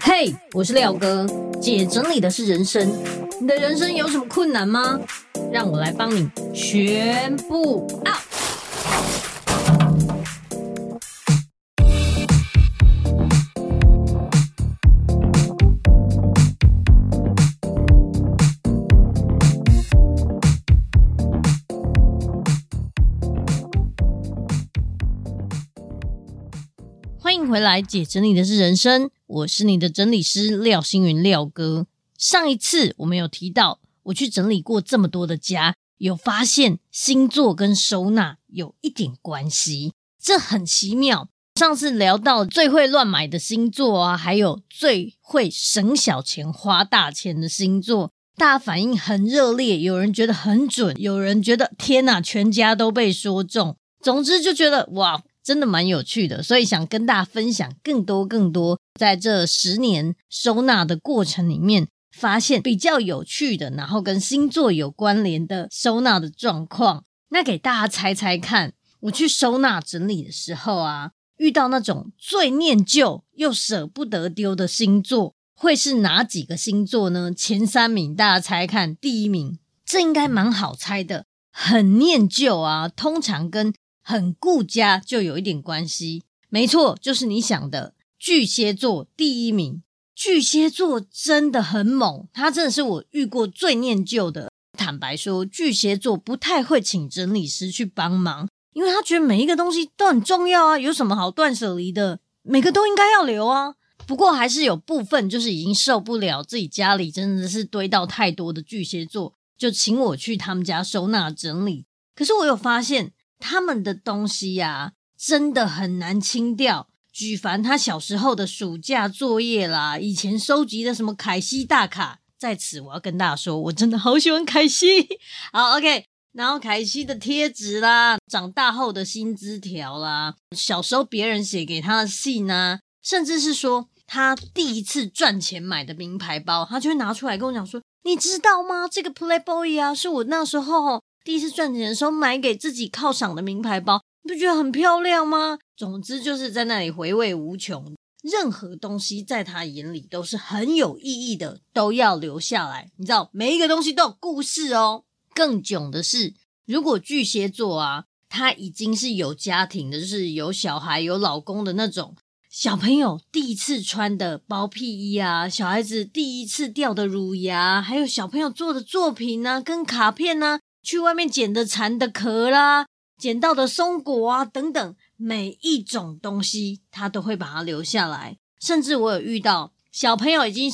嘿，我是廖哥，姐整理的是人生。你的人生有什么困难吗？让我来帮你全部 out。欢迎回来，姐整理的是人生，我是你的整理师廖星云廖哥。上一次我们有提到，我去整理过这么多的家，有发现星座跟收纳有一点关系，这很奇妙。上次聊到最会乱买的星座啊，还有最会省小钱花大钱的星座，大家反应很热烈，有人觉得很准，有人觉得天哪，全家都被说中。总之就觉得哇，真的蛮有趣的，所以想跟大家分享更多在这10年收纳的过程里面发现比较有趣的，然后跟星座有关联的收纳的状况。那给大家猜猜看，我去收纳整理的时候啊，遇到那种最念旧又舍不得丢的星座会是哪几个星座呢？前3名大家猜看。第1名，这应该蛮好猜的，很念旧啊，通常跟很顾家就有一点关系。没错，就是你想的巨蟹座第1名。巨蟹座真的很猛，他真的是我遇过最念旧的。坦白说，巨蟹座不太会请整理师去帮忙，因为他觉得每一个东西都很重要啊，有什么好断舍离的，每个都应该要留啊。不过还是有部分就是已经受不了自己家里真的是堆到太多的巨蟹座，就请我去他们家收纳整理。可是我有发现他们的东西啊真的很难清掉，举凡他小时候的暑假作业啦，以前收集的什么凯西大卡，在此我要跟大家说，我真的好喜欢凯西。好 OK， 然后凯西的贴纸啦，长大后的薪资条啦，小时候别人写给他的信啊，甚至是说他第一次赚钱买的名牌包，他就会拿出来跟我讲说，你知道吗，这个 Playboy 啊是我那时候第一次赚钱的时候买给自己犒赏的名牌包，你不觉得很漂亮吗？总之就是在那里回味无穷，任何东西在他眼里都是很有意义的，都要留下来。你知道每一个东西都有故事哦。更囧的是，如果巨蟹座啊，他已经是有家庭的，就是有小孩有老公的那种，小朋友第一次穿的包屁衣啊，小孩子第一次掉的乳牙，还有小朋友做的作品啊跟卡片啊，去外面捡的蝉的壳啦，捡到的松果啊等等，每一种东西他都会把它留下来。甚至我有遇到小朋友已经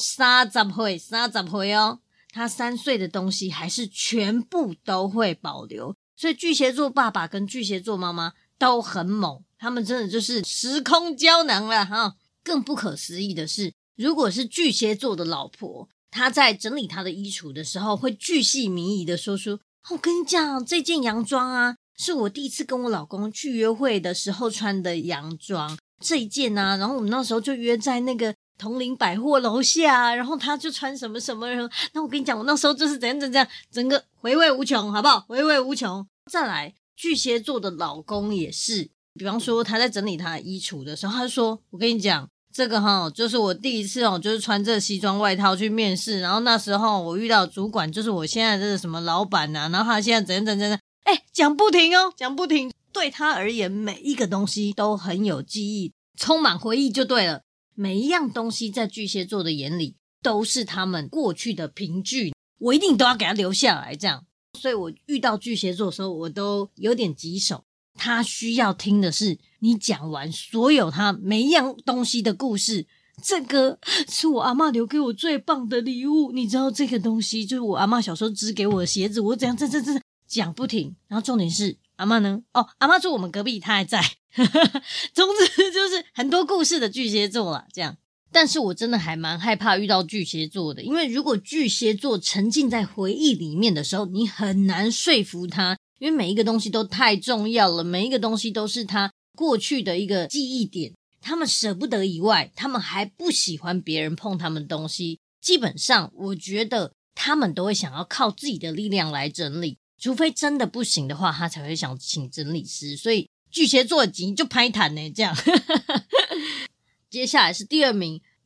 30岁哦，他3岁的东西还是全部都会保留。所以巨蟹座爸爸跟巨蟹座妈妈都很猛，他们真的就是时空胶囊了哈。更不可思议的是，如果是巨蟹座的老婆，她在整理她的衣橱的时候会巨细靡遗的说出，我跟你讲，这件洋装啊是我第一次跟我老公去约会的时候穿的洋装，这一件啊，然后我们那时候就约在那个同林百货楼下，然后他就穿什么什么，那我跟你讲，我那时候就是怎样，整个回味无穷，好不好？回味无穷。再来，巨蟹座的老公也是，比方说他在整理他的衣橱的时候，他就说，我跟你讲，这个就是我第一次就是穿这个西装外套去面试，然后那时候我遇到的主管就是我现在这个什么老板啊，然后他现在怎样，讲不停哦，讲不停。对他而言，每一个东西都很有记忆，充满回忆就对了。每一样东西在巨蟹座的眼里都是他们过去的凭据，我一定都要给他留下来这样。所以我遇到巨蟹座的时候，我都有点棘手。他需要听的是你讲完所有他每一样东西的故事，这个是我阿嬷留给我最棒的礼物，你知道这个东西就是我阿嬷小时候织给我的鞋子，我怎样这讲不停。然后重点是阿嬷呢，阿嬷住我们隔壁，她还在总之就是很多故事的巨蟹座啦这样。但是我真的还蛮害怕遇到巨蟹座的，因为如果巨蟹座沉浸在回忆里面的时候，你很难说服他，因为每一个东西都太重要了，每一个东西都是他过去的一个记忆点，他们舍不得以外，他们还不喜欢别人碰他们的东西。基本上我觉得他们都会想要靠自己的力量来整理，除非真的不行的话，他才会想请整理师。所以巨蟹座的急就拍弹呢这样接下来是第2名，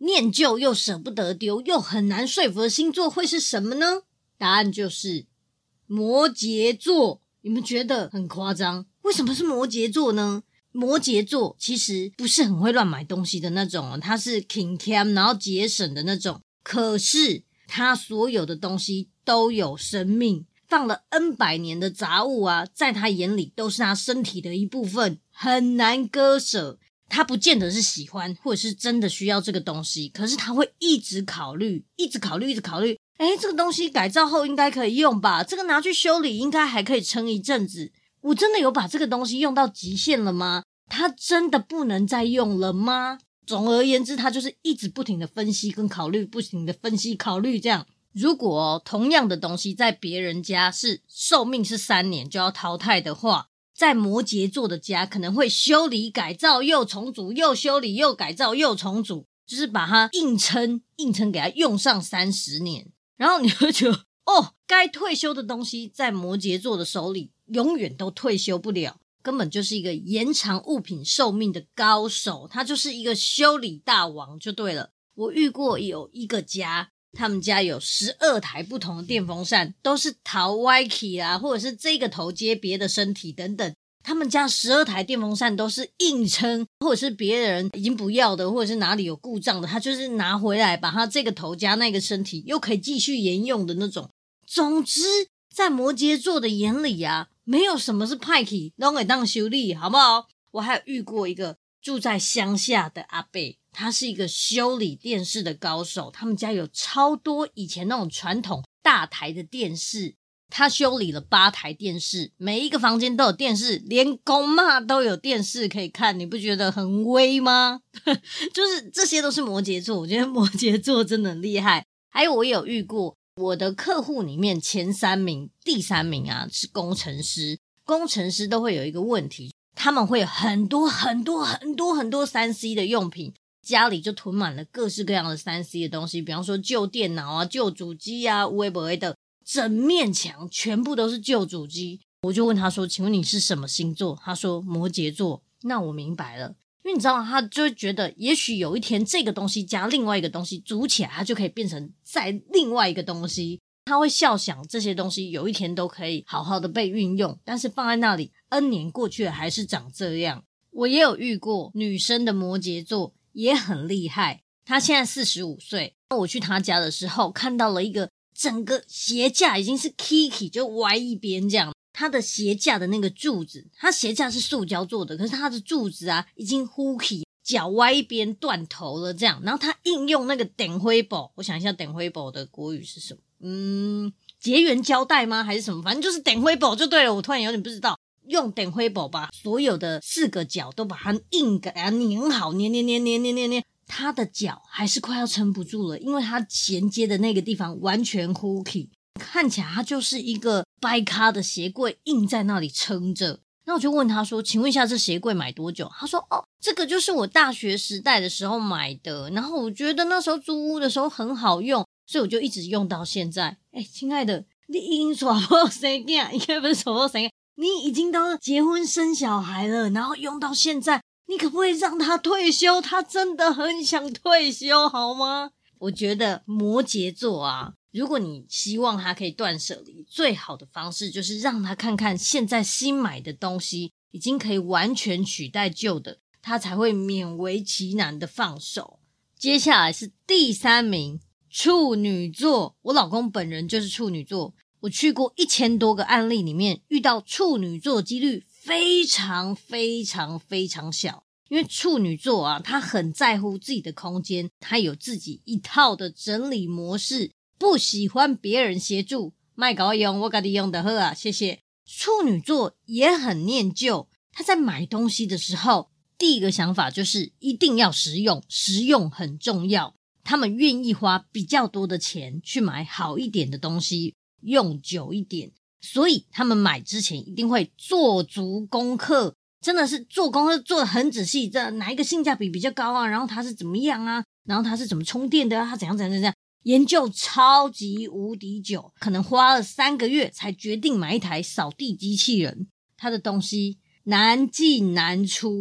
念旧又舍不得丢又很难说服的星座会是什么呢？答案就是摩羯座。你们觉得很夸张？为什么是摩羯座呢？摩羯座其实不是很会乱买东西的那种，他是勤俭然后节省的那种，可是他所有的东西都有生命，放了 N 百年的杂物啊，在他眼里都是他身体的一部分，很难割舍。他不见得是喜欢或者是真的需要这个东西，可是他会一直考虑这个东西改造后应该可以用吧，这个拿去修理应该还可以撑一阵子，我真的有把这个东西用到极限了吗？它真的不能再用了吗？总而言之，他就是一直不停的分析跟考虑，不停的分析考虑这样。如果同样的东西在别人家是寿命是3年就要淘汰的话，在摩羯座的家可能会修理改造又重组，又修理又改造又重组，就是把它硬撑给它用上30年。然后你会觉得该退休的东西在摩羯座的手里永远都退休不了，根本就是一个延长物品寿命的高手，他就是一个修理大王就对了。我遇过有一个家，他们家有12台不同的电风扇，都是陶歪起啊，或者是这个头接别的身体等等，他们家12台电风扇都是硬撑，或者是别人已经不要的，或者是哪里有故障的，他就是拿回来把他这个头加那个身体又可以继续沿用的那种。总之在摩羯座的眼里啊，没有什么是派去都可以当修理，好不好？我还有遇过一个住在乡下的阿伯，他是一个修理电视的高手，他们家有超多以前那种传统大台的电视，他修理了8台电视，每一个房间都有电视，连公妈都有电视可以看，你不觉得很威吗？就是这些都是摩羯座，我觉得摩羯座真的很厉害。还有我也有遇过，我的客户里面前3名，第3名啊是工程师，工程师都会有一个问题，他们会有很多 3C 的用品，家里就囤满了各式各样的 3C 的东西，比方说旧电脑啊、旧主机啊、微博的，整面墙全部都是旧主机。我就问他说，请问你是什么星座？他说摩羯座。那我明白了，因为你知道他就会觉得也许有一天这个东西加另外一个东西组起来，它就可以变成再另外一个东西，他会笑想这些东西有一天都可以好好的被运用，但是放在那里 N 年过去了还是长这样。我也有遇过女生的摩羯座也很厉害，她现在45岁，我去她家的时候看到了一个整个鞋架已经是 Kiki 就歪一边这样，它的鞋架的那个柱子，它鞋架是塑胶做的，可是它的柱子啊已经呼起脚歪一边断头了这样，然后它应用那个电火布，我想一下电火布的国语是什么？结缘胶带吗还是什么，反正就是电火布就对了，我突然有点不知道。用电火布把所有的4个角都把它硬给它粘好，粘，它的脚还是快要撑不住了，因为它衔接的那个地方完全呼起，看起来它就是一个掰咖的鞋柜硬在那里撑着。那我就问他说，请问一下这鞋柜买多久？他说这个就是我大学时代的时候买的，然后我觉得那时候租屋的时候很好用，所以我就一直用到现在。亲爱的，你已经耍破生囝，应该不是耍破生囝，你已经都结婚生小孩了，然后用到现在，你可不可以让他退休？他真的很想退休好吗？我觉得摩羯座啊，如果你希望他可以断舍离，最好的方式就是让他看看现在新买的东西已经可以完全取代旧的，他才会勉为其难的放手。接下来是第3名，处女座。我老公本人就是处女座，我去过1000多个案例里面，遇到处女座几率非常小。因为处女座啊，他很在乎自己的空间，他有自己一套的整理模式，不喜欢别人协助，别给我用，我自己用就好啊，谢谢。处女座也很念旧，他在买东西的时候，第一个想法就是一定要实用，实用很重要。他们愿意花比较多的钱去买好一点的东西，用久一点，所以他们买之前一定会做足功课，真的是做功课做得很仔细，这哪一个性价比比较高啊，然后它是怎么样啊，然后它是怎么充电的啊，它怎样，研究超级无敌久，可能花了3个月才决定买一台扫地机器人。它的东西难进难出，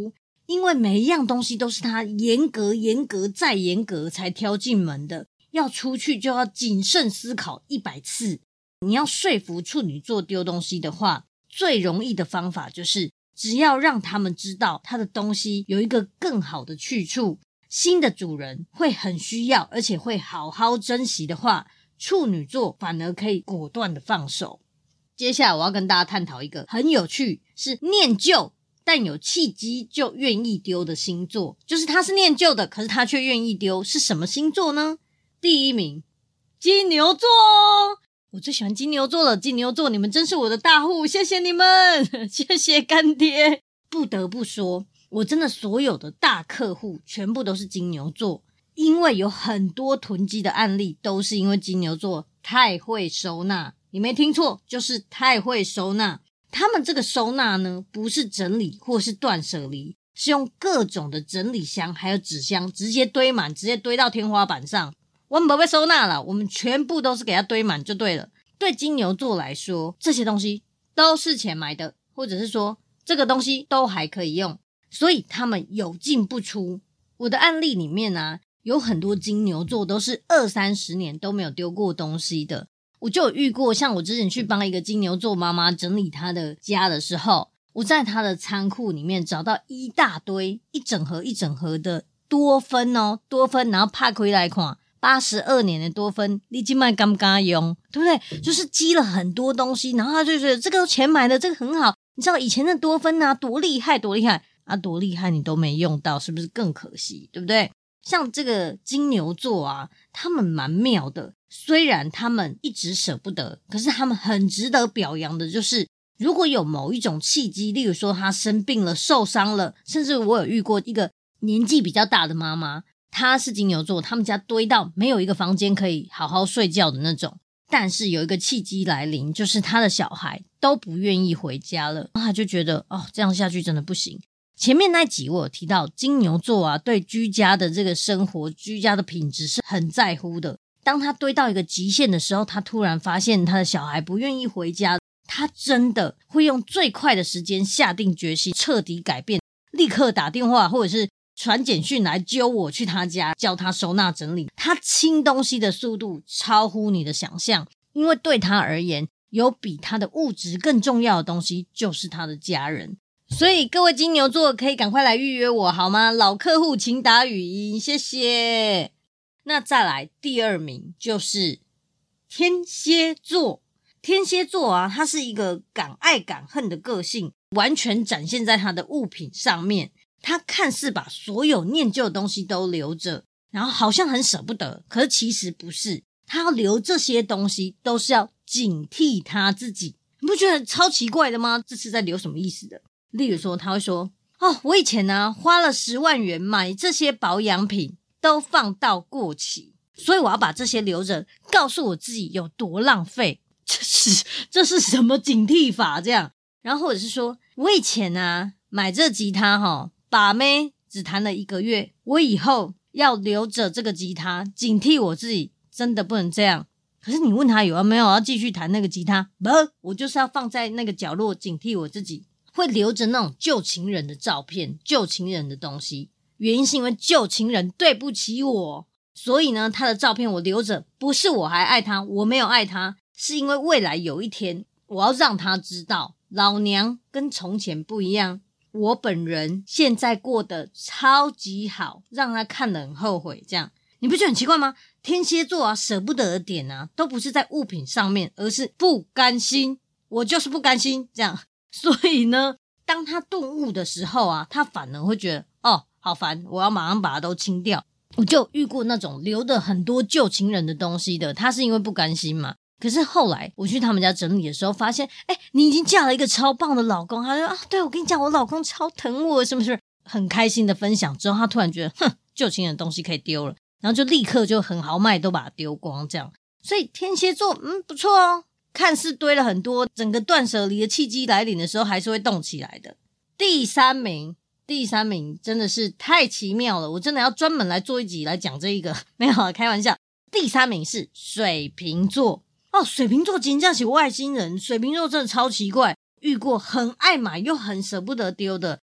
因为每一样东西都是他严格再严格才挑进门的，要出去就要谨慎思考100次。你要说服处女座丢东西的话，最容易的方法就是只要让他们知道他的东西有一个更好的去处，新的主人会很需要而且会好好珍惜的话，处女座反而可以果断的放手。接下来我要跟大家探讨一个很有趣，是念旧但有契机就愿意丢的星座，就是他是念旧的，可是他却愿意丢，是什么星座呢？第一名，金牛座。我最喜欢金牛座了，金牛座你们真是我的大户，谢谢你们，谢谢干爹。不得不说，我真的所有的大客户全部都是金牛座，因为有很多囤积的案例都是因为金牛座太会收纳。你没听错，就是太会收纳。他们这个收纳呢，不是整理或是断舍离，是用各种的整理箱还有纸箱直接堆满，直接堆到天花板上。我们不会收纳了，我们全部都是给它堆满就对了。对金牛座来说，这些东西都是钱买的，或者是说这个东西都还可以用，所以他们有进不出。我的案例里面啊，有很多金牛座都是20-30年都没有丢过东西的。我就有遇过，像我之前去帮一个金牛座妈妈整理她的家的时候，我在她的仓库里面找到一大堆一整盒的多芬哦，多芬，然后拍开来看82年的多芬，你现在敢不敢用，对不对？就是积了很多东西，然后他就觉得这个钱买的，这个很好，你知道以前的多芬啊多厉害啊，多厉害你都没用到，是不是更可惜，对不对？像这个金牛座啊，他们蛮妙的，虽然他们一直舍不得，可是他们很值得表扬的就是如果有某一种契机，例如说他生病了受伤了，甚至我有遇过一个年纪比较大的妈妈，她是金牛座，他们家堆到没有一个房间可以好好睡觉的那种，但是有一个契机来临，就是他的小孩都不愿意回家了，他就觉得这样下去真的不行。前面那集我有提到金牛座啊，对居家的这个生活居家的品质是很在乎的，当他堆到一个极限的时候，他突然发现他的小孩不愿意回家，他真的会用最快的时间下定决心彻底改变，立刻打电话或者是传简讯来揪我去他家，叫他收纳整理。他清东西的速度超乎你的想象，因为对他而言，有比他的物质更重要的东西，就是他的家人。所以各位金牛座可以赶快来预约我好吗？老客户请打语音，谢谢。那再来第二名就是天蝎座。天蝎座啊，他是一个敢爱敢恨的个性，完全展现在他的物品上面。他看似把所有念旧的东西都留着，然后好像很舍不得，可是其实不是，他要留这些东西都是要警惕他自己。你不觉得超奇怪的吗？这是在留什么意思的？例如说他会说我以前呢花了10万元买这些保养品都放到过期，所以我要把这些留着，告诉我自己有多浪费。这是什么警惕法这样？然后或者是说我以前啊买这吉他把妹只弹了1个月，我以后要留着这个吉他，警惕我自己真的不能这样。可是你问他有没有要继续弹那个吉他，不，我就是要放在那个角落警惕我自己。会留着那种旧情人的照片，旧情人的东西，原因是因为旧情人对不起我，所以呢他的照片我留着，不是我还爱他，我没有爱他，是因为未来有一天我要让他知道老娘跟从前不一样，我本人现在过得超级好，让他看得很后悔。这样你不觉得很奇怪吗？天蝎座啊舍不得的点啊都不是在物品上面，而是不甘心，我就是不甘心这样。所以呢当他顿悟的时候啊，他反而会觉得好烦，我要马上把它都清掉。我就遇过那种留的很多旧情人的东西的，他是因为不甘心嘛，可是后来我去他们家整理的时候发现你已经嫁了一个超棒的老公，他说对，我跟你讲我老公超疼我，是不是很开心的分享之后，他突然觉得旧情人的东西可以丢了，然后就立刻就很豪迈都把它丢光这样。所以天蝎座不错哦，看似堆了很多，整个断舍离的契机来临的时候还是会动起来的。第三名真的是太奇妙了，我真的要专门来做一集来讲这一个，没有开玩笑。第3名是水瓶座水瓶座真的是外星人，水瓶座真的超奇怪，遇过很爱买又很舍不得丢的，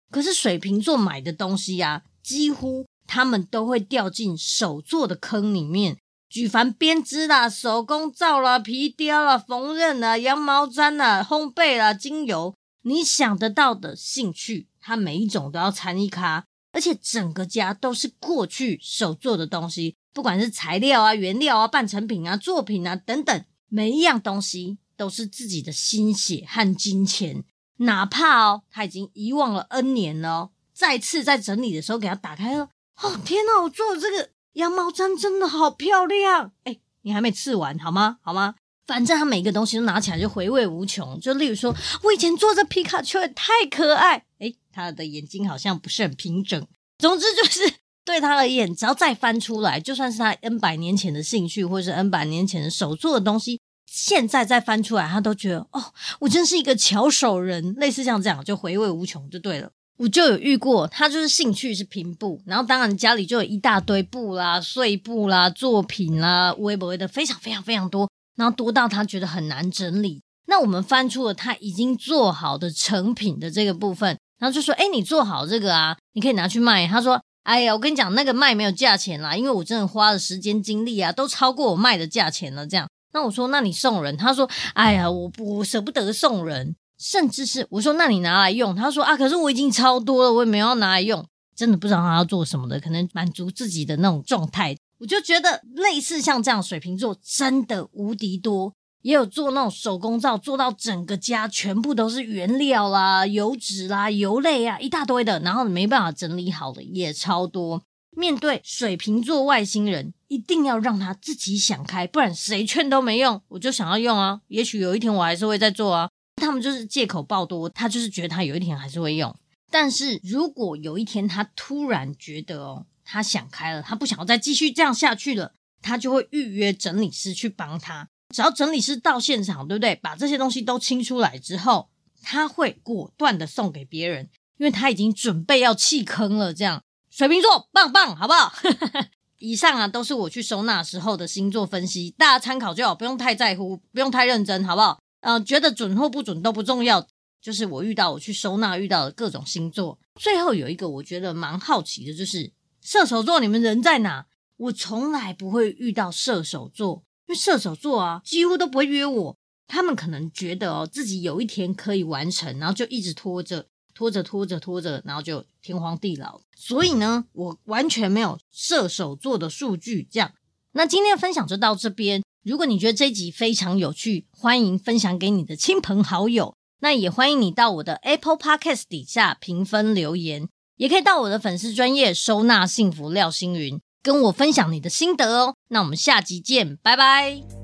可是水瓶座买的东西啊，几乎他们都会掉进手做的坑里面。举凡编织啦、手工皂啦、皮雕啦、缝纫啦、羊毛毡啦、烘焙啦、精油，你想得到的兴趣，他每一种都要掺一咖。而且整个家都是过去手做的东西，不管是材料啊、原料啊、半成品啊、作品啊等等，每一样东西都是自己的心血和金钱。哪怕他已经遗忘了 N 年了再次在整理的时候给他打开了，天哪，我做的这个羊毛毡真的好漂亮！你还没刺完好吗？反正他每个东西都拿起来就回味无穷。就例如说，我以前做这皮卡丘也太可爱，他的眼睛好像不是很平整。总之就是对他而言，只要再翻出来，就算是他 N 百年前的兴趣，或是 N 百年前的手做的东西，现在再翻出来，他都觉得我真是一个巧手人，类似像这样就回味无穷就对了。我就有遇过，他就是兴趣是拼布，然后当然家里就有一大堆布啦、碎布啦、作品啦，微博的非常非常非常多，然后多到他觉得很难整理。那我们翻出了他已经做好的成品的这个部分，然后就说你做好这个啊，你可以拿去卖。他说我跟你讲，那个卖没有价钱啦，因为我真的花的时间精力啊都超过我卖的价钱了这样。那我说那你送人？他说我舍不得送人。甚至是我说那你拿来用，他说可是我已经超多了，我也没有要拿来用。真的不知道他要做什么的，可能满足自己的那种状态。我就觉得类似像这样水瓶座真的无敌多，也有做那种手工皂，做到整个家全部都是原料啦、油脂啦、油类啊一大堆的，然后没办法整理好的也超多。面对水瓶座外星人，一定要让他自己想开，不然谁劝都没用。我就想要用啊，也许有一天我还是会再做啊。他们就是借口爆多，他就是觉得他有一天还是会用。但是如果有一天他突然觉得他想开了，他不想要再继续这样下去了，他就会预约整理师去帮他。只要整理师到现场，对不对？把这些东西都清出来之后，他会果断的送给别人，因为他已经准备要弃坑了。这样水瓶座棒棒，好不好？以上都是我去收纳时候的星座分析，大家参考就好，不用太在乎，不用太认真，好不好？觉得准或不准都不重要，就是我去收纳遇到的各种星座。最后有一个我觉得蛮好奇的，就是射手座你们人在哪？我从来不会遇到射手座，因为射手座几乎都不会约我。他们可能觉得自己有一天可以完成，然后就一直拖着，然后就天荒地老。所以呢，我完全没有射手座的数据这样。那今天的分享就到这边。如果你觉得这一集非常有趣，欢迎分享给你的亲朋好友。那也欢迎你到我的 Apple Podcast 底下评分留言，也可以到我的粉丝专页收纳幸福廖星云，跟我分享你的心得哦。那我们下集见，拜拜。